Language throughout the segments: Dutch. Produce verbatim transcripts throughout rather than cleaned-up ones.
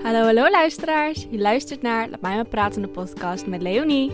Hallo, hallo luisteraars. Je luistert naar Laat mij maar praten, de podcast met Leonie.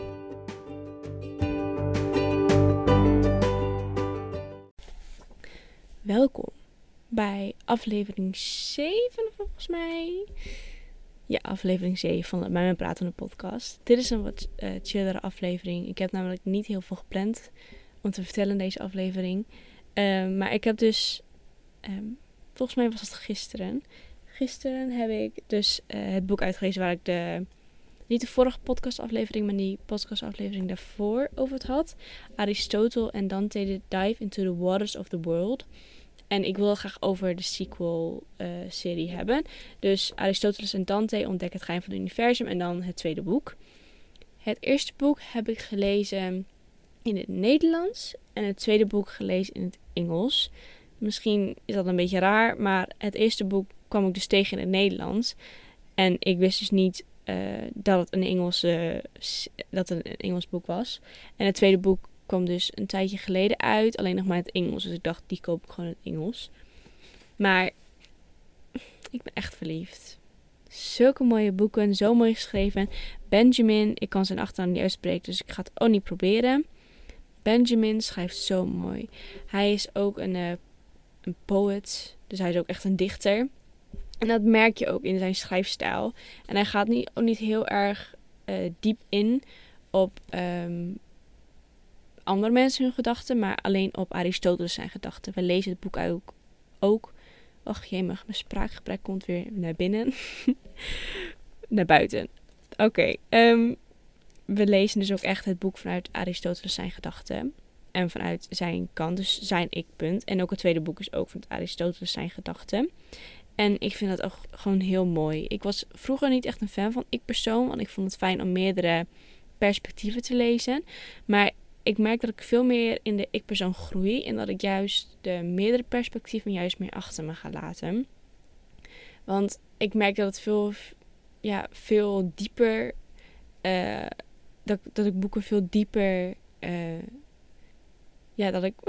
Welkom bij aflevering zeven volgens mij. Ja, aflevering zeven van Laat mij maar praten, de podcast. Dit is een wat uh, chillere aflevering. Ik heb namelijk niet heel veel gepland om te vertellen in deze aflevering. Uh, maar ik heb dus, um, volgens mij was het gisteren... Gisteren heb ik dus uh, het boek uitgelezen waar ik de, niet de vorige podcastaflevering, maar die podcastaflevering daarvoor over het had. Aristotle en Dante the Dive into the Waters of the World. En ik wil graag over de sequel uh, serie hebben. Dus Aristoteles en Dante ontdekken het geheim van het universum en dan het tweede boek. Het eerste boek heb ik gelezen in het Nederlands en het tweede boek gelezen in het Engels. Misschien is dat een beetje raar, maar het eerste boek kwam ik dus tegen in het Nederlands. En ik wist dus niet uh, dat het een Engelse, dat het een Engels boek was. En het tweede boek kwam dus een tijdje geleden uit. Alleen nog maar in het Engels. Dus ik dacht, die koop ik gewoon in het Engels. Maar ik ben echt verliefd. Zulke mooie boeken. Zo mooi geschreven. Benjamin, ik kan zijn achternaam niet uitspreken. Dus ik ga het ook niet proberen. Benjamin schrijft zo mooi. Hij is ook een, uh, een poet. Dus hij is ook echt een dichter. En dat merk je ook in zijn schrijfstijl. En hij gaat niet, ook niet heel erg uh, diep in op um, andere mensen hun gedachten. Maar alleen op Aristoteles zijn gedachten. We lezen het boek ook. ook. Och jemig, mijn spraakgebrek komt weer naar binnen. naar buiten. Oké. Okay, um, we lezen dus ook echt het boek vanuit Aristoteles zijn gedachten. En vanuit zijn kant. Dus zijn ik-punt. En ook het tweede boek is ook vanuit Aristoteles zijn gedachten. En ik vind dat ook gewoon heel mooi. Ik was vroeger niet echt een fan van ik-persoon. Want ik vond het fijn om meerdere perspectieven te lezen. Maar ik merk dat ik veel meer in de ik-persoon groei. En dat ik juist de meerdere perspectieven juist meer achter me ga laten. Want ik merk dat het veel, ja, veel dieper... Uh, dat, dat ik boeken veel dieper... Uh, ja, dat ik...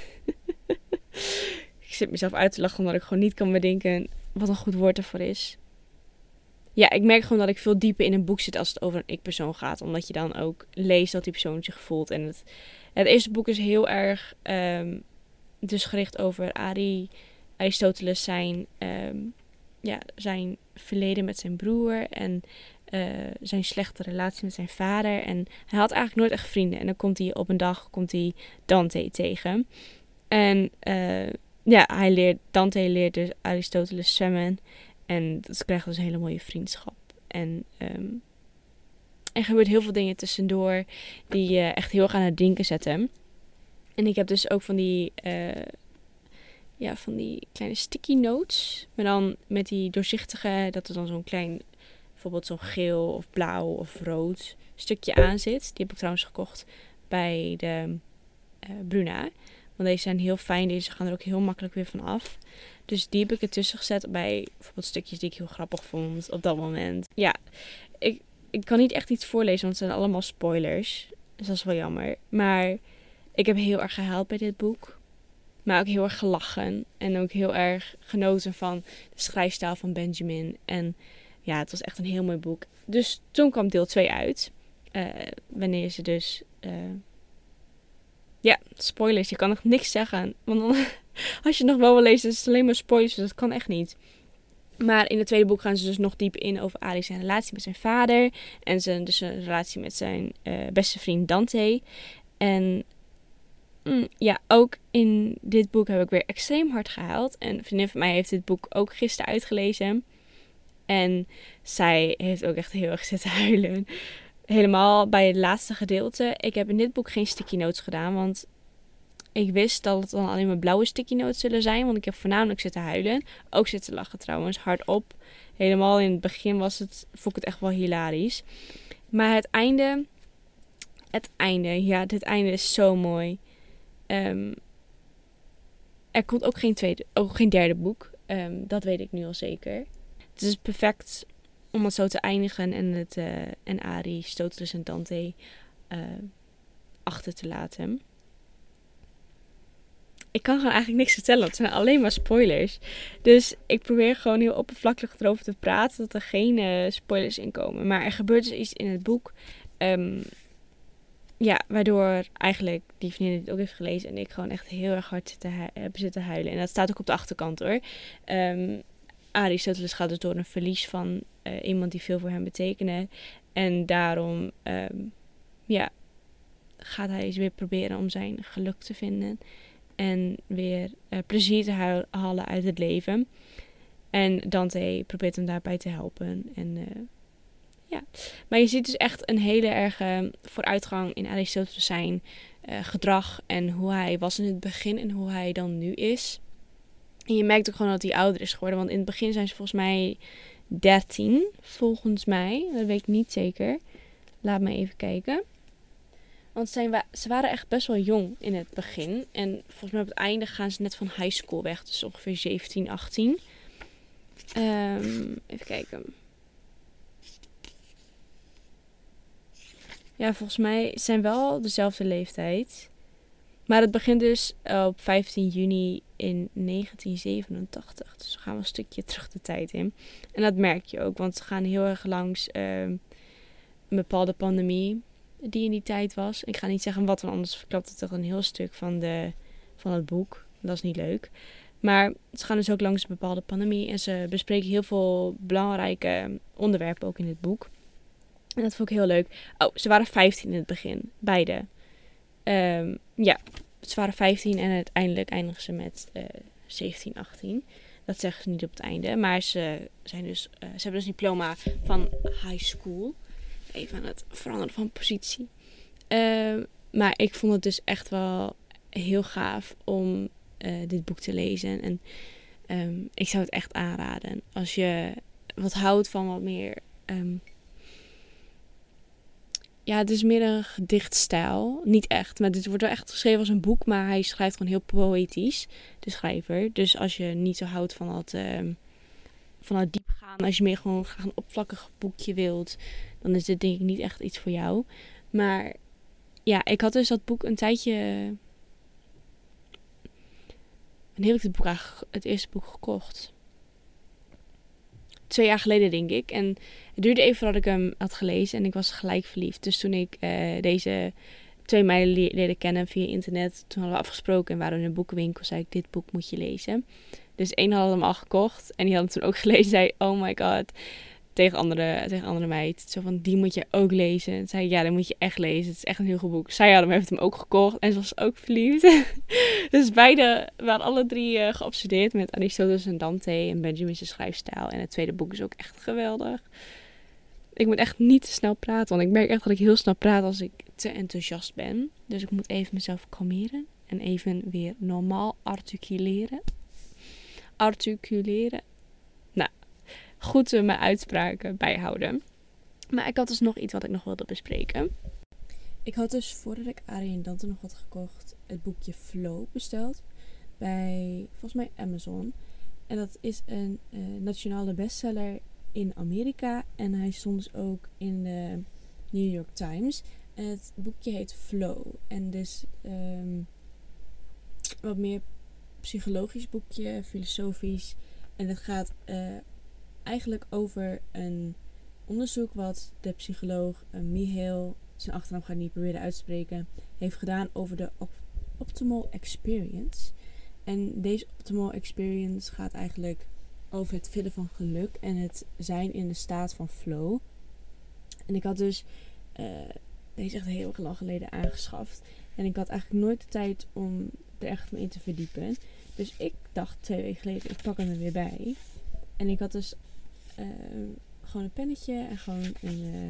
Ik zit mezelf uit te lachen omdat ik gewoon niet kan bedenken wat een goed woord ervoor is. Ja, ik merk gewoon dat ik veel dieper in een boek zit als het over een ik-persoon gaat. Omdat je dan ook leest dat die persoon zich voelt. En het, het eerste boek is heel erg um, dus gericht over Ari, Aristoteles zijn, um, ja, zijn verleden met zijn broer. En uh, zijn slechte relatie met zijn vader. En hij had eigenlijk nooit echt vrienden. En dan komt hij op een dag komt hij Dante tegen. En... Uh, Ja, hij leert, Dante leert dus Aristoteles zwemmen. En ze krijgen dus een hele mooie vriendschap. En um, er gebeurt heel veel dingen tussendoor die je uh, echt heel erg aan het denken zetten. En ik heb dus ook van die, uh, ja, van die kleine sticky notes. Maar dan met die doorzichtige, dat er dan zo'n klein, bijvoorbeeld zo'n geel of blauw of rood stukje aan zit. Die heb ik trouwens gekocht bij de uh, Bruna. Want deze zijn heel fijn. Deze gaan er ook heel makkelijk weer van af. Dus die heb ik ertussen gezet bij bijvoorbeeld stukjes die ik heel grappig vond op dat moment. Ja, ik, ik kan niet echt iets voorlezen, want het zijn allemaal spoilers. Dus dat is wel jammer. Maar ik heb heel erg gehuild bij dit boek. Maar ook heel erg gelachen. En ook heel erg genoten van de schrijfstijl van Benjamin. En ja, het was echt een heel mooi boek. Dus toen kwam deel twee uit. Uh, wanneer ze dus... Uh, Ja, spoilers. Je kan nog niks zeggen. Want dan, als je het nog wel wil lezen, is het alleen maar spoilers. Dus dat kan echt niet. Maar in het tweede boek gaan ze dus nog dieper in over Ali zijn relatie met zijn vader. En zijn, dus zijn relatie met zijn uh, beste vriend Dante. En mm, ja, ook in dit boek heb ik weer extreem hard gehuild. En een vriendin van mij heeft dit boek ook gisteren uitgelezen. En zij heeft ook echt heel erg zitten huilen. Helemaal bij het laatste gedeelte. Ik heb in dit boek geen sticky notes gedaan. Want ik wist dat het dan alleen maar blauwe sticky notes zullen zijn. Want ik heb voornamelijk zitten huilen. Ook zitten lachen trouwens. Hardop. Helemaal in het begin was het, vond ik het echt wel hilarisch. Maar het einde. Het einde. Ja, dit einde is zo mooi. Um, er komt ook geen, tweede, ook geen derde boek. Um, dat weet ik nu al zeker. Het is perfect... om het zo te eindigen en, het, uh, en Aristoteles en Dante uh, achter te laten. ik kan gewoon eigenlijk niks vertellen. Het zijn alleen maar spoilers. Dus ik probeer gewoon heel oppervlakkig erover te praten. Dat er geen uh, spoilers in komen. Maar er gebeurt dus iets in het boek. Um, ja, waardoor eigenlijk die vriendin het ook heeft gelezen. En ik gewoon echt heel erg hard zitten hu- heb zitten huilen. En dat staat ook op de achterkant hoor. Um, Aristoteles gaat dus door een verlies van uh, iemand die veel voor hem betekende. En daarom um, ja, gaat hij eens weer proberen om zijn geluk te vinden. En weer uh, plezier te halen uit het leven. En Dante probeert hem daarbij te helpen. En uh, ja. Maar je ziet dus echt een hele erge vooruitgang in Aristoteles zijn uh, gedrag. En hoe hij was in het begin en hoe hij dan nu is. En je merkt ook gewoon dat hij ouder is geworden. Want in het begin zijn ze volgens mij dertien. Volgens mij. Dat weet ik niet zeker. Laat me even kijken. Want ze waren echt best wel jong in het begin. En volgens mij op het einde gaan ze net van high school weg. Dus ongeveer zeventien, achttien. Um, even kijken. Ja, volgens mij zijn wel dezelfde leeftijd. Maar het begint dus op vijftien juni in negentien zevenentachtig. Dus we gaan wel een stukje terug de tijd in. En dat merk je ook. Want ze gaan heel erg langs uh, een bepaalde pandemie die in die tijd was. Ik ga niet zeggen wat, want anders verklapt het toch een heel stuk van, de, van het boek. Dat is niet leuk. Maar ze gaan dus ook langs een bepaalde pandemie. En ze bespreken heel veel belangrijke onderwerpen ook in het boek. En dat vond ik heel leuk. Oh, ze waren vijftien in het begin. Beide. Um, ja, ze waren vijftien en uiteindelijk eindigen ze met uh, zeventien, achttien. Dat zeggen ze niet op het einde. Maar ze, zijn dus, uh, ze hebben dus een diploma van high school. Even aan het veranderen van positie. Uh, maar ik vond het dus echt wel heel gaaf om uh, dit boek te lezen. En um, ik zou het echt aanraden. Als je wat houdt van wat meer... Um, ja, het is meer een gedichtstijl. Niet echt, maar dit wordt wel echt geschreven als een boek. Maar hij schrijft gewoon heel poëtisch, de schrijver. Dus als je niet zo houdt van dat, um, van dat diep gaan. Als je meer gewoon graag een oppervlakkig boekje wilt. Dan is dit denk ik niet echt iets voor jou. Maar ja, ik had dus dat boek een tijdje... Wanneer heb ik het boek eigenlijk, het eerste boek gekocht? Twee jaar geleden denk ik. En het duurde even voordat ik hem had gelezen. En ik was gelijk verliefd. Dus toen ik uh, deze twee meiden le- leerde kennen via internet. Toen hadden we afgesproken en waren we in een boekenwinkel. Zei ik, dit boek moet je lezen. Dus één had hem al gekocht. En die had hem toen ook gelezen. Zei, oh my god. Tegen andere, tegen andere meid. Zo van, die moet je ook lezen. En zei ja, dat moet je echt lezen. Het is echt een heel goed boek. Zij hadden hem, heeft hem ook gekocht. En ze was ook verliefd. Dus beide waren alle drie uh, geobsedeerd met Aristoteles en Dante en Benjamin's schrijfstijl. En het tweede boek is ook echt geweldig. Ik moet echt niet te snel praten. Want ik merk echt dat ik heel snel praat als ik te enthousiast ben. Dus ik moet even mezelf kalmeren. En even weer normaal articuleren. Articuleren. Nou, goed uh, mijn uitspraken bijhouden. Maar ik had dus nog iets wat ik nog wilde bespreken. Ik had dus voordat ik Arie en Dante nog had gekocht, het boekje Flow besteld. Bij, volgens mij, Amazon. En dat is een uh, nationale bestseller in Amerika. En hij stond dus ook in de New York Times. En het boekje heet Flow. En dus um, wat meer psychologisch boekje, filosofisch. En het gaat uh, eigenlijk over een onderzoek wat de psycholoog uh, Mihail, zijn achternaam ga ik niet proberen uit te spreken, heeft gedaan over de op- optimal experience. En deze optimal experience gaat eigenlijk over het vinden van geluk en het zijn in de staat van flow. En ik had dus uh, deze echt heel lang geleden aangeschaft. En ik had eigenlijk nooit de tijd om er echt mee in te verdiepen. Dus ik dacht twee weken geleden, ik pak hem er weer bij. En ik had dus uh, gewoon een pennetje en gewoon een, uh,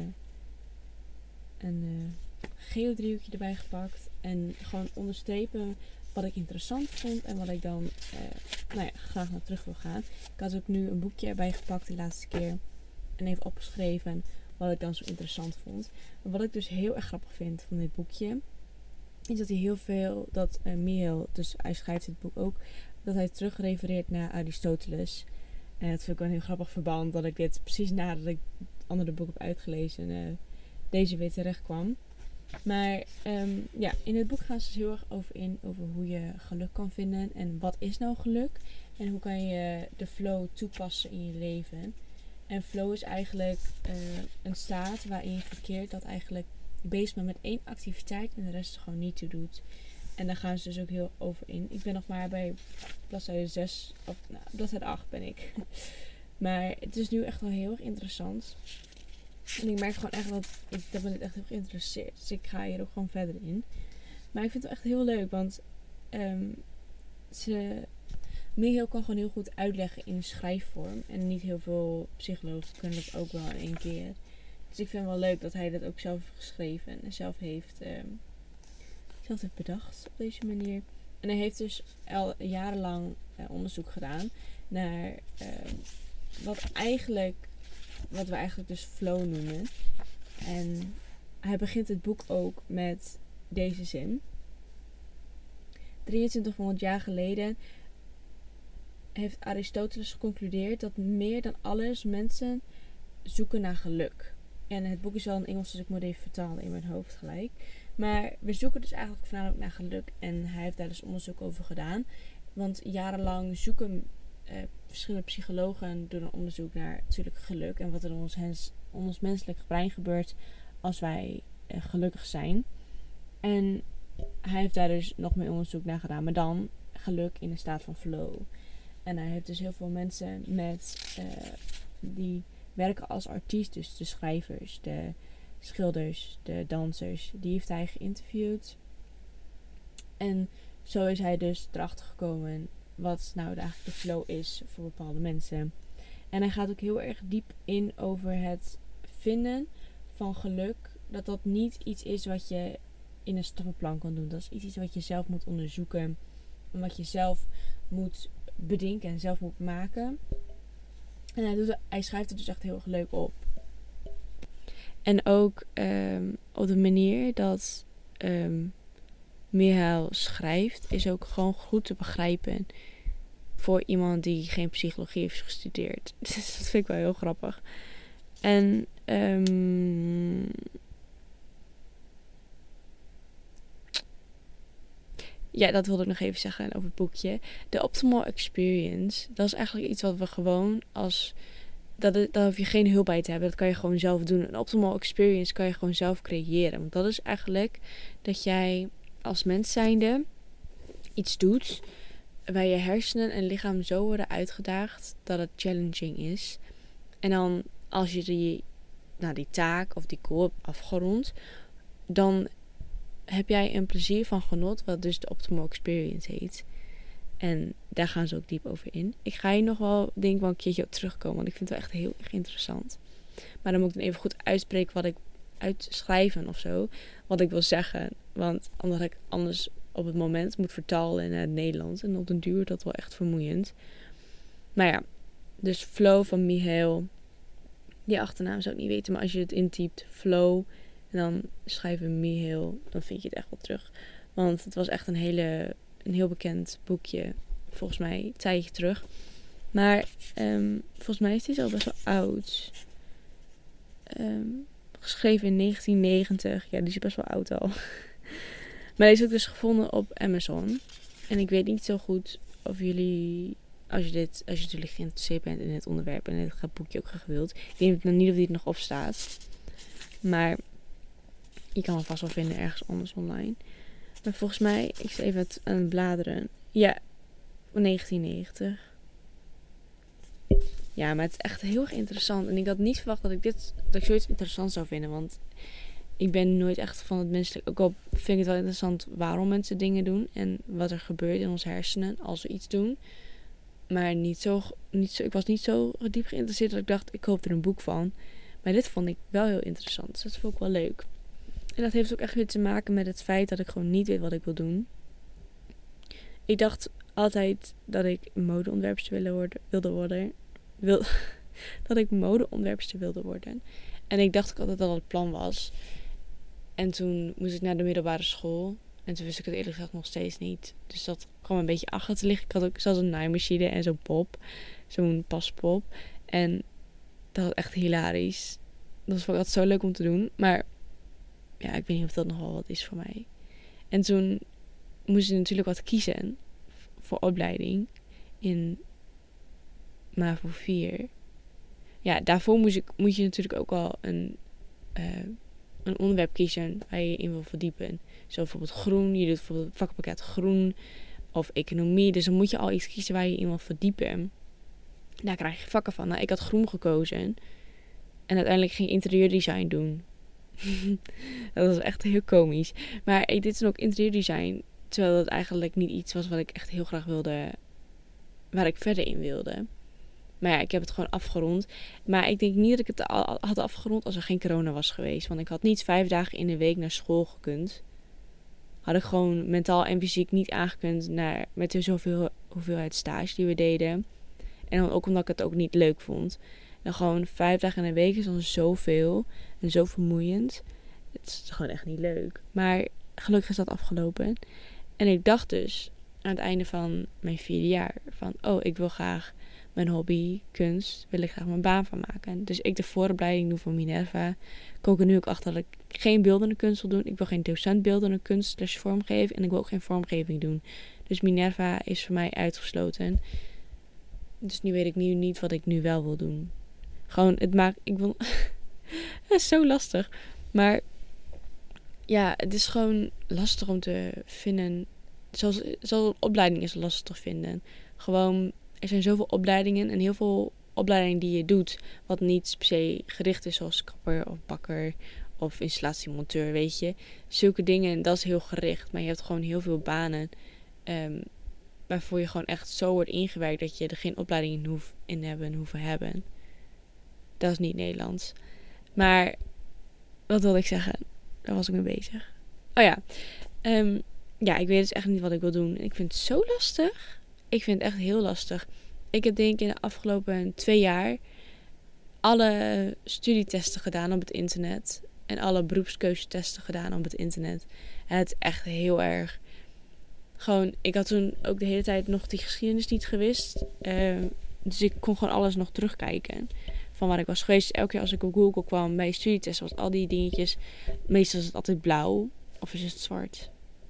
een uh, geodriehoekje erbij gepakt. En gewoon onderstrepen wat ik interessant vond en wat ik dan uh, nou ja, graag naar terug wil gaan. Ik had ook nu een boekje erbij gepakt de laatste keer. En even opgeschreven wat ik dan zo interessant vond. Maar wat ik dus heel erg grappig vind van dit boekje, is dat hij heel veel, dat uh, Mihail, dus hij schrijft dit boek ook, dat hij terugrefereert naar Aristoteles. En dat vind ik wel een heel grappig verband, dat ik dit precies nadat ik het andere boek heb uitgelezen, uh, deze weer terecht kwam. Maar um, ja, in het boek gaan ze dus heel erg over in over hoe je geluk kan vinden. En wat is nou geluk? En hoe kan je de flow toepassen in je leven? En flow is eigenlijk uh, een staat waarin je verkeert dat eigenlijk je bezig bent met één activiteit en de rest er gewoon niet toe doet. En daar gaan ze dus ook heel over in. Ik ben nog maar bij bladzijde zes, of nou, bladzijde acht ben ik. Maar het is nu echt wel heel erg interessant. En ik merk gewoon echt dat ik dat ben echt heel geïnteresseerd. Dus ik ga hier ook gewoon verder in. Maar ik vind het wel echt heel leuk, want um, ze... Michiel kan gewoon heel goed uitleggen in schrijfvorm. En niet heel veel psychologen kunnen dat ook wel in één keer. Dus ik vind het wel leuk dat hij dat ook zelf heeft geschreven. En zelf heeft, um, zelf heeft bedacht op deze manier. En hij heeft dus al jarenlang uh, onderzoek gedaan naar uh, wat eigenlijk, wat we eigenlijk dus flow noemen. En hij begint het boek ook met deze zin. drieëntwintighonderd jaar geleden heeft Aristoteles geconcludeerd dat meer dan alles mensen zoeken naar geluk. En het boek is wel in Engels, dus ik moet even vertalen in mijn hoofd gelijk. Maar we zoeken dus eigenlijk voornamelijk naar geluk. En hij heeft daar dus onderzoek over gedaan. Want jarenlang zoeken uh, verschillende psychologen doen een onderzoek naar natuurlijk geluk. En wat er in ons, hens, ons menselijk brein gebeurt als wij uh, gelukkig zijn. En hij heeft daar dus nog meer onderzoek naar gedaan. Maar dan geluk in een staat van flow. En hij heeft dus heel veel mensen met uh, die werken als artiest. Dus de schrijvers, de schilders, de dansers. Die heeft hij geïnterviewd. En zo is hij dus erachter gekomen wat nou eigenlijk de flow is voor bepaalde mensen. En hij gaat ook heel erg diep in over het vinden van geluk. Dat dat niet iets is wat je in een stappenplan kan doen. Dat is iets wat je zelf moet onderzoeken. En wat je zelf moet bedenken en zelf moet maken. En hij, doet, hij schrijft het dus echt heel erg leuk op. En ook um, op de manier dat um, Michiel schrijft is ook gewoon goed te begrijpen voor iemand die geen psychologie heeft gestudeerd. Dus dat vind ik wel heel grappig. En um, ja, dat wilde ik nog even zeggen over het boekje. De optimal experience, dat is eigenlijk iets wat we gewoon als... Dat, daar hoef je geen hulp bij te hebben. Dat kan je gewoon zelf doen. Een optimal experience kan je gewoon zelf creëren. Want dat is eigenlijk dat jij als mens zijnde iets doet waar je hersenen en lichaam zo worden uitgedaagd dat het challenging is. En dan als je die, nou, die taak of die goal hebt afgerond, dan heb jij een plezier van genot, wat dus de optimal experience heet. En daar gaan ze ook diep over in. Ik ga hier nog wel, denk ik, wel een keertje op terugkomen, want ik vind het wel echt heel erg interessant. Maar dan moet ik dan even goed uitspreken wat ik uitschrijven of zo, wat ik wil zeggen. Want omdat ik anders op het moment moet vertalen in het Nederlands. En op den duur dat wel echt vermoeiend. Maar ja, dus Flow van Michiel. Die achternaam zou ik niet weten, maar als je het intypt, Flow, en dan schrijven Michiel, dan vind je het echt wel terug. Want het was echt een hele, een heel bekend boekje, volgens mij, een tijdje terug. Maar um, volgens mij is dit al best wel oud. Um, geschreven in negentien negentig. Ja, die is best wel oud al. Maar deze heb ik dus gevonden op Amazon. En ik weet niet zo goed of jullie, als je dit, als je natuurlijk geïnteresseerd bent in het onderwerp en het boekje ook graag wilt. Ik weet nog niet of dit nog op staat. Maar je kan het vast wel vinden ergens anders online. Maar volgens mij, ik zit even aan het bladeren. Ja, negentien negentig. Ja, maar het is echt heel erg interessant. En ik had niet verwacht dat ik dit, dat ik zoiets interessant zou vinden. Want ik ben nooit echt van het menselijk. Ook al vind ik het wel interessant waarom mensen dingen doen. En wat er gebeurt in onze hersenen als we iets doen. Maar niet zo, niet zo, ik was niet zo diep geïnteresseerd dat ik dacht, ik koop er een boek van. Maar dit vond ik wel heel interessant. Dus dat vond ik wel leuk. En dat heeft ook echt weer te maken met het feit dat ik gewoon niet weet wat ik wil doen. Ik dacht altijd dat ik modeontwerpster wilde worden. Wilde worden wil, dat ik modeontwerpster wilde worden. En ik dacht ook altijd dat dat het plan was. En toen moest ik naar de middelbare school. En toen wist ik het eerlijk gezegd nog steeds niet. Dus dat kwam een beetje achter te liggen. Ik had ook zelfs een naaimachine en zo'n pop. Zo'n paspop. En dat was echt hilarisch. Dat vond ik altijd zo leuk om te doen. Maar ja, ik weet niet of dat nog wel wat is voor mij. En toen moest ik natuurlijk wat kiezen voor opleiding in MAVO vier. Ja, daarvoor moest ik, moet je natuurlijk ook al een, uh, een onderwerp kiezen waar je je in wil verdiepen. Zo bijvoorbeeld groen, je doet bijvoorbeeld vakpakket groen of economie. Dus dan moet je al iets kiezen waar je je in wil verdiepen. Daar krijg je vakken van. Nou, ik had groen gekozen en uiteindelijk ging interieurdesign doen. Dat was echt heel komisch. Maar ik deed toen ook interieurdesign, terwijl dat eigenlijk niet iets was wat ik echt heel graag wilde, waar ik verder in wilde. Maar ja, ik heb het gewoon afgerond. Maar ik denk niet dat ik het al had afgerond als er geen corona was geweest. Want ik had niet vijf dagen in de week naar school gekund. Had ik gewoon mentaal en fysiek niet aangekund naar, met de zoveel hoeveelheid stage die we deden. En dan ook omdat ik het ook niet leuk vond. En gewoon vijf dagen in de week is dan zoveel en zo vermoeiend. Het is gewoon echt niet leuk. Maar gelukkig is dat afgelopen. En ik dacht dus aan het einde van mijn vierde jaar van, oh, ik wil graag mijn hobby, kunst, wil ik graag mijn baan van maken. Dus ik de vooropleiding doe voor Minerva. Kom ik er nu ook achter dat ik geen beeldende kunst wil doen. Ik wil geen docent beeldende kunst slash vormgeven. En ik wil ook geen vormgeving doen. Dus Minerva is voor mij uitgesloten. Dus nu weet ik nu niet wat ik nu wel wil doen. Gewoon, het maakt, ik wil, het is zo lastig. Maar ja, het is gewoon lastig om te vinden. Zoals, zoals opleiding is lastig te vinden. Gewoon, er zijn zoveel opleidingen en heel veel opleidingen die je doet, wat niet per se gericht is, zoals kapper of bakker of installatiemonteur, weet je. Zulke dingen, dat is heel gericht. Maar je hebt gewoon heel veel banen um, waarvoor je gewoon echt zo wordt ingewerkt dat je er geen opleiding in, hoeft, in hebben hoeven hebben. Dat is niet Nederlands. Maar, wat wilde ik zeggen? Daar was ik mee bezig. Oh ja. Um, ja, ik weet dus echt niet wat ik wil doen. Ik vind het zo lastig. Ik vind het echt heel lastig. Ik heb denk ik in de afgelopen twee jaar alle studietesten gedaan op het internet. En alle beroepskeuzetesten gedaan op het internet. En het is echt heel erg. Gewoon, ik had toen ook de hele tijd nog die geschiedenis niet gewist. Uh, dus ik kon gewoon alles nog terugkijken. Van waar ik was geweest. Elke keer als ik op Google kwam bij studietesten was al die dingetjes. Meestal is het altijd blauw. Of is het zwart?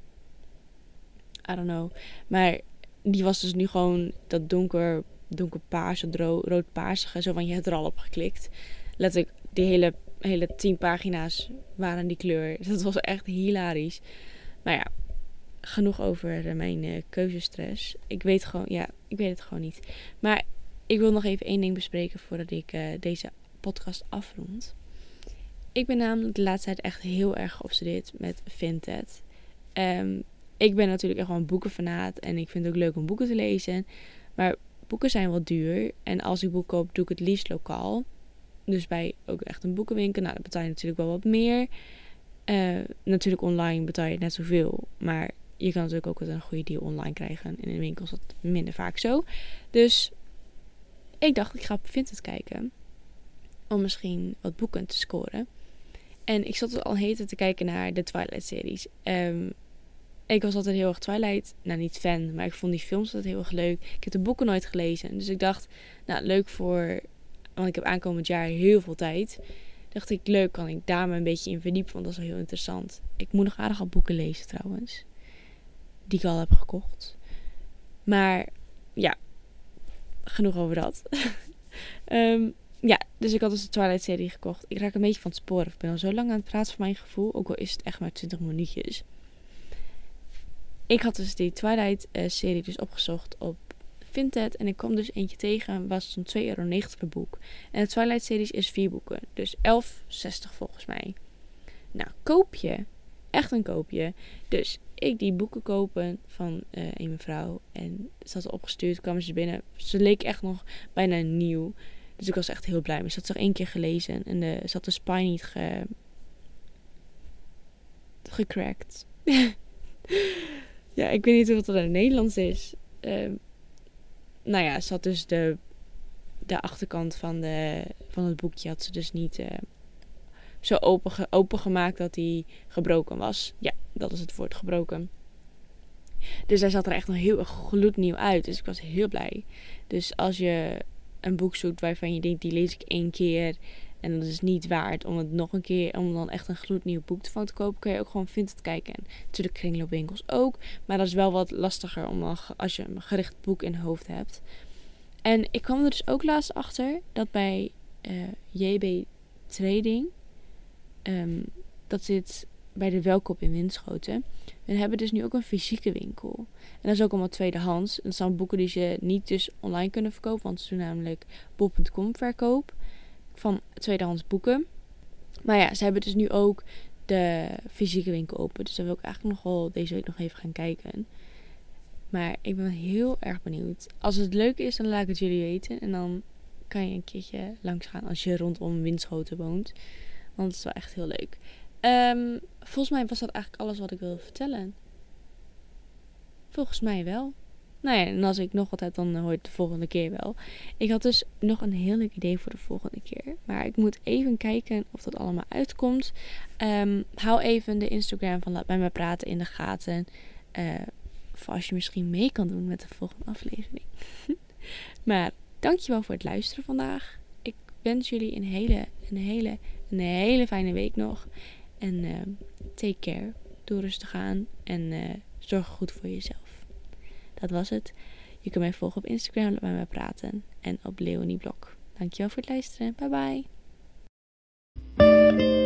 I don't know. Maar die was dus nu gewoon dat donker, donkerpaarse, dro- roodpaarsige. Zo van, je hebt er al op geklikt. Letterlijk, die hele, hele tien pagina's waren die kleur. Dat was echt hilarisch. Maar ja, genoeg over mijn uh, keuzestress. Ik weet gewoon, ja, ik weet het gewoon niet. Maar ik wil nog even één ding bespreken voordat ik uh, deze podcast afrond. Ik ben namelijk de laatste tijd echt heel erg geobsedeerd met Vinted. Um, ik ben natuurlijk echt wel een boekenfanaat en ik vind het ook leuk om boeken te lezen. Maar boeken zijn wel duur en als ik boek koop, doe ik het liefst lokaal. Dus bij ook echt een boekenwinkel, nou, dan betaal je natuurlijk wel wat meer. Uh, natuurlijk online betaal je net zoveel, maar je kan natuurlijk ook een goede deal online krijgen. En in de winkel is dat minder vaak zo. Dus ik dacht, ik ga op Vinted kijken om misschien wat boeken te scoren. En ik zat al heten te kijken naar de Twilight-series. Um, ik was altijd heel erg Twilight, nou niet fan, maar ik vond die films altijd heel erg leuk. Ik heb de boeken nooit gelezen. Dus ik dacht, nou leuk voor, want ik heb aankomend jaar heel veel tijd. Dacht ik, leuk, kan ik daar me een beetje in verdiepen, want dat is wel heel interessant. Ik moet nog aardig al boeken lezen trouwens. Die ik al heb gekocht. Maar ja, genoeg over dat. um, ja, dus ik had dus de Twilight-serie gekocht. Ik raak een beetje van het sporen. Ik ben al zo lang aan het praten voor mijn gevoel. Ook al is het echt maar twintig minuutjes. Ik had dus die Twilight-serie dus opgezocht op Vinted. En ik kwam dus eentje tegen. Was zo'n twee euro negentig per boek. En de Twilight-series is vier boeken. Dus elf zestig volgens mij. Nou, koopje. Echt een koopje. Dus ik die boeken kopen van uh, een mevrouw. En ze had ze opgestuurd. Kwamen ze binnen. Ze leek echt nog bijna nieuw. Dus ik was echt heel blij mee. Ze had ze één keer gelezen. En de, ze had de spine niet ge... gecrackt. Ja, ik weet niet wat dat in het Nederlands is. Uh, nou ja, ze had dus de, de achterkant van, de, van het boekje had ze dus niet uh, zo open, ge, open gemaakt dat die gebroken was. Ja, dat is het woord, gebroken. Dus hij zat er echt nog heel erg gloednieuw uit. Dus ik was heel blij. Dus als je een boek zoekt waarvan je denkt, die lees ik één keer En dat is niet waard om het nog een keer, om dan echt een gloednieuw boek van te kopen. Kun je ook gewoon Vinted kijken. En natuurlijk kringloopwinkels ook. Maar dat is wel wat lastiger om dan, als je een gericht boek in hoofd hebt. En ik kwam er dus ook laatst achter dat bij uh, J B Trading, um, dat zit bij de Welkoop in Winschoten. We hebben dus nu ook een fysieke winkel. En dat is ook allemaal tweedehands. En dat zijn boeken die ze niet dus online kunnen verkopen. Want ze doen namelijk bol punt com verkoop van tweedehands boeken. Maar ja, ze hebben dus nu ook de fysieke winkel open. Dus daar wil ik eigenlijk nog wel deze week nog even gaan kijken. Maar ik ben heel erg benieuwd. Als het leuk is, dan laat ik het jullie weten. En dan kan je een keertje langs gaan als je rondom Winschoten woont. Want het is wel echt heel leuk. Um, volgens mij was dat eigenlijk alles wat ik wilde vertellen. Volgens mij wel. Nou ja, en als ik nog wat heb, dan hoor je het de volgende keer wel. Ik had dus nog een heel leuk idee voor de volgende keer. Maar ik moet even kijken of dat allemaal uitkomt. Um, hou even de Instagram van Laat Bij Me Praten in de gaten. Uh, voor als je misschien mee kan doen met de volgende aflevering. Maar dankjewel voor het luisteren vandaag. Ik wens jullie een hele, een hele, een hele fijne week nog. En uh, take care. Doe rustig aan. En uh, zorg goed voor jezelf. Dat was het. Je kunt mij volgen op Instagram, Laat Bij Me Praten. En op Leonie Blok. Dankjewel voor het luisteren. Bye bye.